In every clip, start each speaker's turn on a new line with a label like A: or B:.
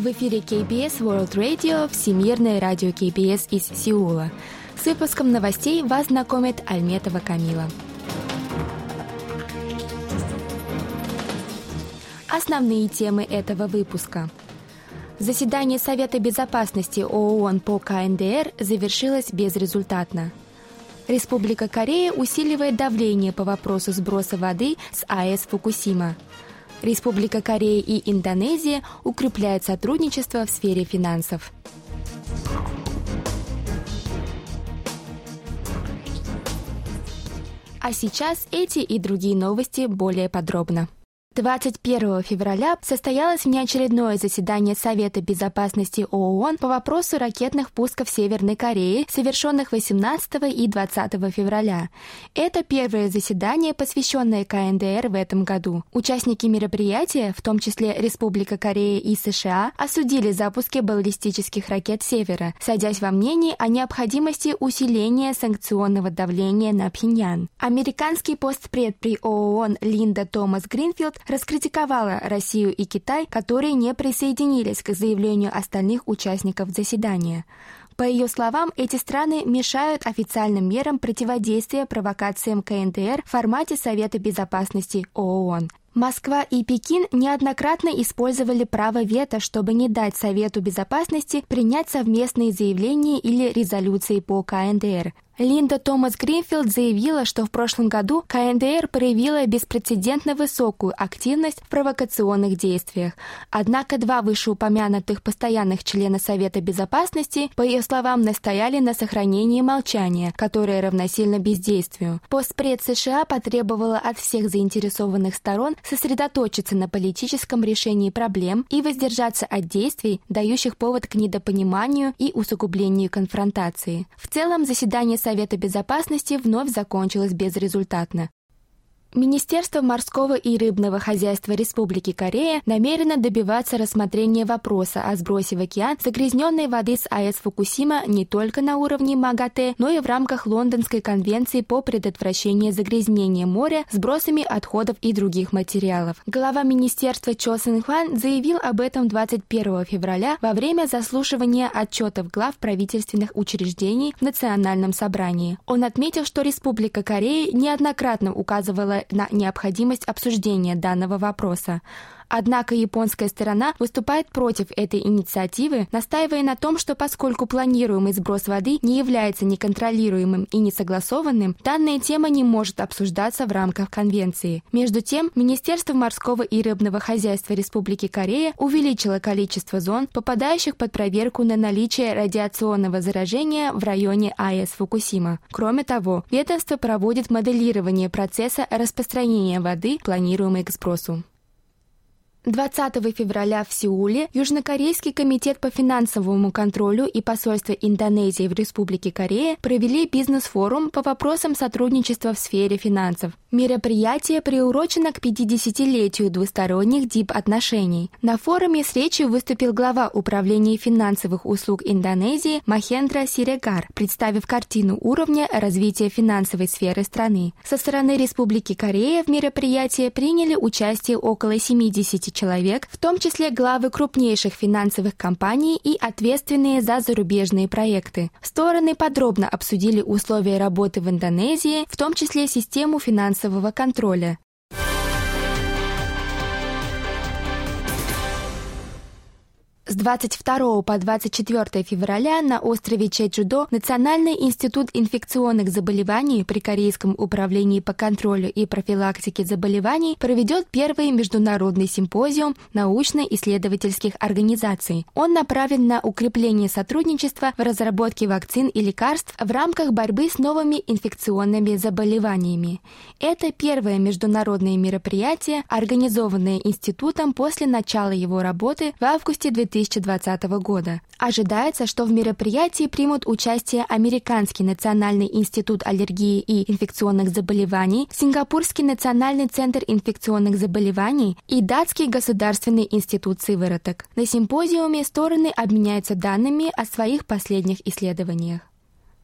A: В эфире KBS World Radio, Всемирное радио KBS из Сеула. С выпуском новостей вас знакомит Альметова Камила. Основные темы этого выпуска. Заседание Совета Безопасности ООН по КНДР завершилось безрезультатно. Республика Корея усиливает давление по вопросу сброса воды с АЭС Фукусима. Республика Корея и Индонезия укрепляют сотрудничество в сфере финансов. А сейчас эти и другие новости более подробно. 21 февраля состоялось внеочередное заседание Совета Безопасности ООН по вопросу ракетных пусков Северной Кореи, совершенных 18 и 20 февраля. Это первое заседание, посвященное КНДР в этом году. Участники мероприятия, в том числе Республика Корея и США, осудили запуски баллистических ракет Севера, сойдясь во мнении о необходимости усиления санкционного давления на Пхеньян. Американский постпред при ООН Линда Томас Гринфилд раскритиковала Россию и Китай, которые не присоединились к заявлению остальных участников заседания. По ее словам, эти страны мешают официальным мерам противодействия провокациям КНДР в формате Совета Безопасности ООН. Москва и Пекин неоднократно использовали право вето, чтобы не дать Совету Безопасности принять совместные заявления или резолюции по КНДР. Линда Томас Гринфилд заявила, что в прошлом году КНДР проявила беспрецедентно высокую активность в провокационных действиях. Однако два вышеупомянутых постоянных члена Совета Безопасности, по ее словам, настояли на сохранении молчания, которое равносильно бездействию. Постпред США потребовала от всех заинтересованных сторон сосредоточиться на политическом решении проблем и воздержаться от действий, дающих повод к недопониманию и усугублению конфронтации. В целом, заседание Совета Безопасности вновь закончилось безрезультатно. Министерство морского и рыбного хозяйства Республики Корея намерено добиваться рассмотрения вопроса о сбросе в океан загрязненной воды с АЭС Фукусима не только на уровне МАГАТЭ, но и в рамках Лондонской конвенции по предотвращению загрязнения моря сбросами отходов и других материалов. Глава министерства Чо Сын Хван заявил об этом 21 февраля во время заслушивания отчетов глав правительственных учреждений в Национальном собрании. Он отметил, что Республика Корея неоднократно указывала на необходимость обсуждения данного вопроса. Однако японская сторона выступает против этой инициативы, настаивая на том, что поскольку планируемый сброс воды не является неконтролируемым и несогласованным, данная тема не может обсуждаться в рамках конвенции. Между тем, Министерство морского и рыбного хозяйства Республики Корея увеличило количество зон, попадающих под проверку на наличие радиационного заражения в районе АЭС Фукусима. Кроме того, ведомство проводит моделирование процесса распространения воды, планируемой к сбросу. 20 февраля в Сеуле Южнокорейский комитет по финансовому контролю и посольство Индонезии в Республике Корея провели бизнес-форум по вопросам сотрудничества в сфере финансов. Мероприятие приурочено к 50-летию двусторонних дипотношений. На форуме с речью выступил глава управления финансовых услуг Индонезии Махендра Сирегар, представив картину уровня развития финансовой сферы страны. Со стороны Республики Корея в мероприятии приняли участие около 70 человек, в том числе главы крупнейших финансовых компаний и ответственные за зарубежные проекты. Стороны подробно обсудили условия работы в Индонезии, в том числе систему финансового контроля. С 22 по 24 февраля на острове Чеджудо Национальный институт инфекционных заболеваний при Корейском управлении по контролю и профилактике заболеваний проведет первый международный симпозиум научно-исследовательских организаций. Он направлен на укрепление сотрудничества в разработке вакцин и лекарств в рамках борьбы с новыми инфекционными заболеваниями. Это первое международное мероприятие, организованное институтом после начала его работы в августе 2020 года. Ожидается, что в мероприятии примут участие Американский национальный институт аллергии и инфекционных заболеваний, Сингапурский национальный центр инфекционных заболеваний и Датский государственный институт сывороток. На симпозиуме стороны обменяются данными о своих последних исследованиях.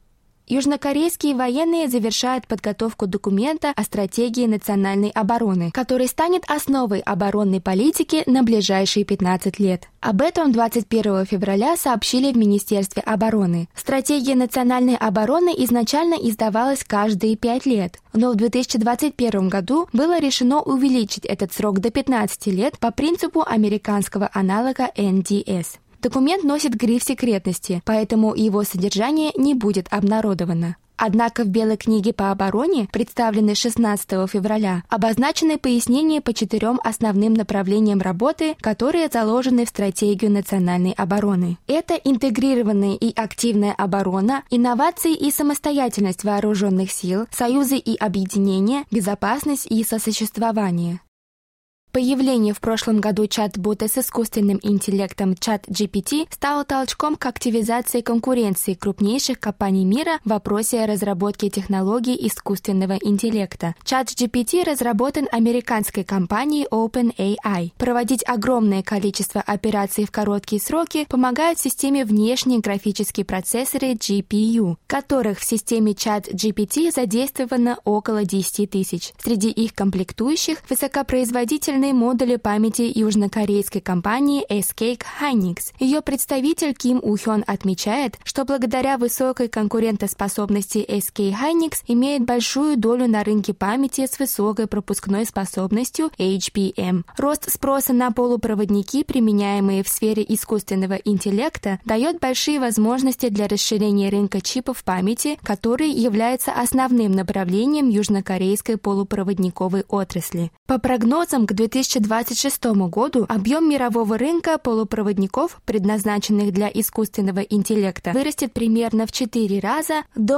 A: Южнокорейские военные завершают подготовку документа о стратегии национальной обороны, который станет основой оборонной политики на ближайшие 15 лет. Об этом 21 февраля сообщили в Министерстве обороны. Стратегия национальной обороны изначально издавалась каждые 5 лет, но в 2021 году было решено увеличить этот срок до 15 лет по принципу американского аналога NDS. Документ носит гриф секретности, поэтому его содержание не будет обнародовано. Однако в Белой книге по обороне, представленной 16 февраля, обозначены пояснения по 4 основным направлениям работы, которые заложены в стратегию национальной обороны. Это интегрированная и активная оборона, инновации и самостоятельность вооруженных сил, союзы и объединения, безопасность и сосуществование. Появление в прошлом году чат-бота с искусственным интеллектом ChatGPT стало толчком к активизации конкуренции крупнейших компаний мира в вопросе разработки технологий искусственного интеллекта. ChatGPT разработан американской компанией OpenAI. Проводить огромное количество операций в короткие сроки помогают системе внешние графические процессоры GPU, которых в системе ChatGPT задействовано около 10 тысяч. Среди их комплектующих высокопроизводительные модули памяти южнокорейской компании SK Hynix. Ее представитель Ким У-хён отмечает, что благодаря высокой конкурентоспособности SK Hynix имеет большую долю на рынке памяти с высокой пропускной способностью HBM. Рост спроса на полупроводники, применяемые в сфере искусственного интеллекта, дает большие возможности для расширения рынка чипов памяти, который является основным направлением южнокорейской полупроводниковой отрасли. По прогнозам, к 2026 году объем мирового рынка полупроводников, предназначенных для искусственного интеллекта, вырастет примерно в 4 раза до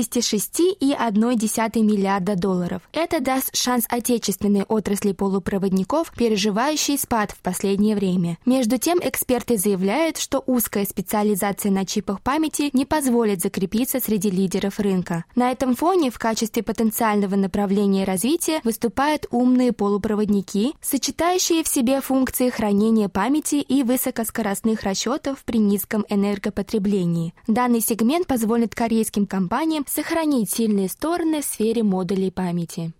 A: $86,1 миллиарда. Это даст шанс отечественной отрасли полупроводников, переживающей спад в последнее время. Между тем, эксперты заявляют, что узкая специализация на чипах памяти не позволит закрепиться среди лидеров рынка. На этом фоне в качестве потенциального направления развития выступают умные полупроводники, сочетающие в себе функции хранения памяти и высокоскоростных расчетов при низком энергопотреблении. Данный сегмент позволит корейским компаниям сохранить сильные стороны в сфере модулей памяти.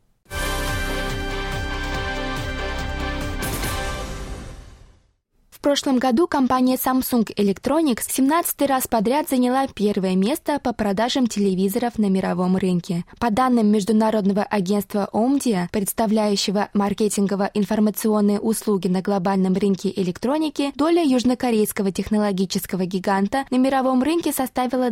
A: В прошлом году компания Samsung Electronics в 17-й раз подряд заняла первое место по продажам телевизоров на мировом рынке. По данным международного агентства Omdia, представляющего маркетингово-информационные услуги на глобальном рынке электроники, доля южнокорейского технологического гиганта на мировом рынке составила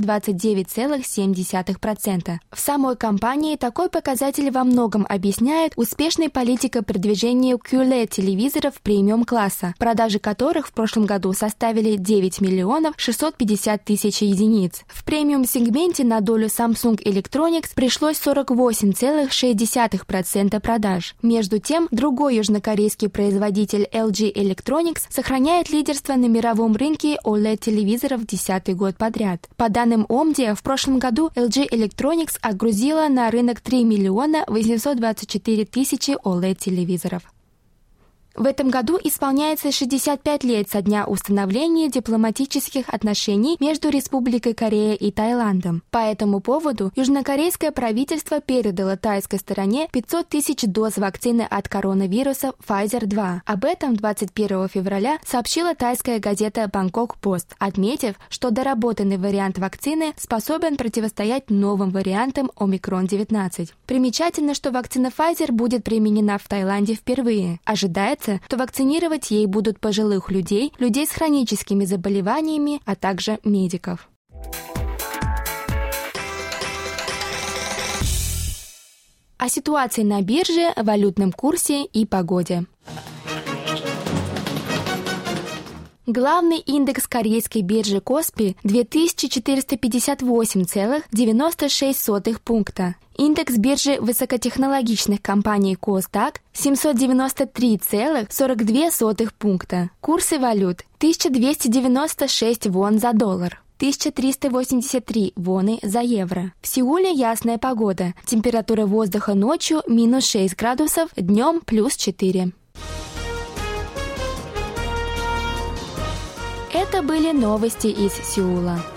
A: 29,7%. В самой компании такой показатель во многом объясняет успешной политикой продвижения QLED-телевизоров премиум-класса, продажи которых в прошлом году составили 9 миллионов 650 тысяч единиц. В премиум-сегменте на долю Samsung Electronics пришлось 48,6% продаж. Между тем, другой южнокорейский производитель LG Electronics сохраняет лидерство на мировом рынке OLED-телевизоров 10-й год подряд. По данным Omdia, в прошлом году LG Electronics отгрузила на рынок 3 миллиона 824 тысячи OLED-телевизоров. В этом году исполняется 65 лет со дня установления дипломатических отношений между Республикой Корея и Таиландом. По этому поводу южнокорейское правительство передало тайской стороне 500 тысяч доз вакцины от коронавируса Pfizer-2. Об этом 21 февраля сообщила тайская газета Bangkok Post, отметив, что доработанный вариант вакцины способен противостоять новым вариантам Омикрон-19. Примечательно, что вакцина Pfizer будет применена в Таиланде впервые. Ожидается, то вакцинировать ей будут пожилых людей, людей с хроническими заболеваниями, а также медиков. О ситуации на бирже, валютном курсе и погоде. Главный индекс корейской биржи Коспи 2458,96 пункта. Индекс биржи высокотехнологичных компаний Костак 793,42 пункта. Курсы валют: 1296 вон за доллар, 1383 воны за евро. В Сеуле ясная погода. Температура воздуха ночью минус 6 градусов, днем плюс 4. Это были новости из Сеула.